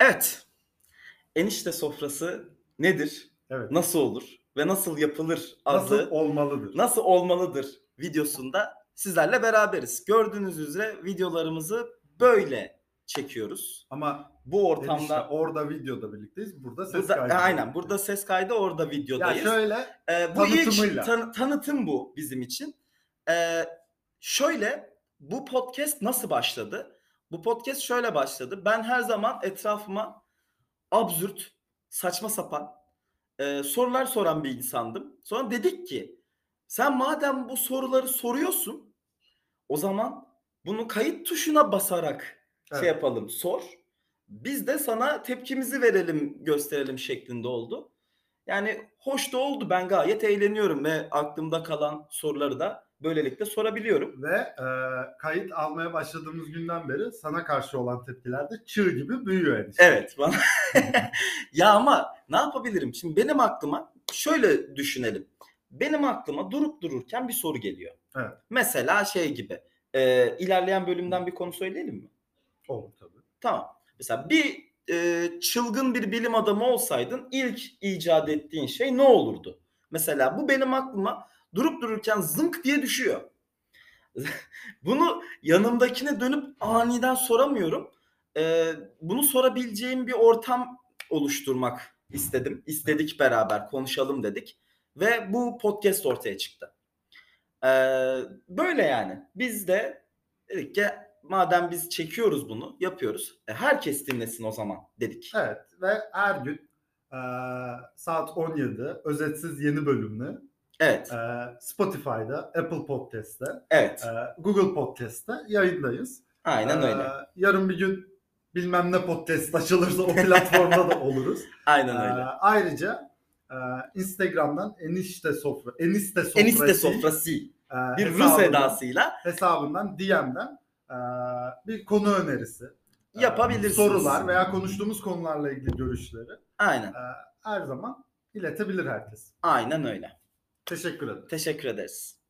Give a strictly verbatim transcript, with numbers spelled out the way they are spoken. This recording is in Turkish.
Evet, enişte sofrası nedir, Evet. nasıl olur ve nasıl yapılır Nasıl adlı olmalıdır? "Nasıl olmalıdır" videosunda sizlerle beraberiz. Gördüğünüz üzere videolarımızı böyle çekiyoruz. Ama Bu enişte ortamda orada videoda birlikteyiz. Burada ses burada kaydıyla aynen birlikteyiz. burada ses kaydı, orada Ya videodayız. şöyle Eee, bu ilk tanıtımıyla. tanı tanıtım bu bizim için. Eee, şöyle, bu podcast nasıl başladı? Bu podcast şöyle başladı. Ben her zaman etrafıma absürt, saçma sapan, eee, sorular soran bir insandım. Sonra dedik ki, sen madem bu soruları soruyorsun, o zaman bunu kayıt tuşuna basarak şey Evet. yapalım, sor. Biz de sana tepkimizi verelim, gösterelim şeklinde oldu. Yani hoş da oldu. Ben gayet eğleniyorum ve aklımda kalan soruları da böylelikle sorabiliyorum. Ve e, kayıt almaya başladığımız günden beri sana karşı olan tepkiler de çığ gibi büyüyor enişte. Evet. Bana ya ama ne yapabilirim? Şimdi benim aklıma şöyle düşünelim. Benim aklıma durup dururken bir soru geliyor. Evet. Mesela şey gibi. E, ilerleyen bölümden bir konu söyleyelim mi? Olur tabii. Tamam. Mesela bir e, çılgın bir bilim adamı olsaydın ilk icat ettiğin şey ne olurdu? Mesela bu benim aklıma durup dururken zınk diye düşüyor. Bunu yanımdakine dönüp aniden soramıyorum. Ee, bunu sorabileceğim bir ortam oluşturmak istedim. İstedik, beraber konuşalım dedik. Ve bu podcast ortaya çıktı. Ee, böyle yani. Biz de dedik ki madem biz çekiyoruz bunu, yapıyoruz. E, herkes dinlesin o zaman dedik. Evet ve her gün e, saat on yedi özetsiz yeni bölümünü Evet. e, Spotify'da, Apple Podcast'te, Evet. e, Google Podcast'te yayındayız. Aynen E, öyle. yarın bir gün bilmem ne podcast açılırsa o platformda da oluruz. Aynen E, öyle. ayrıca e, Instagram'dan enişte sofra, enişte sofrası, Enişte sofrası. e, Bir Rus hesabından, edasıyla hesabından D M'den e, bir konu önerisi, e, yapabilirsiniz. sorular veya konuştuğumuz konularla ilgili görüşleri Aynen. e, her zaman iletebilir herkes. Aynen öyle. Teşekkür ederim. Teşekkür ederiz.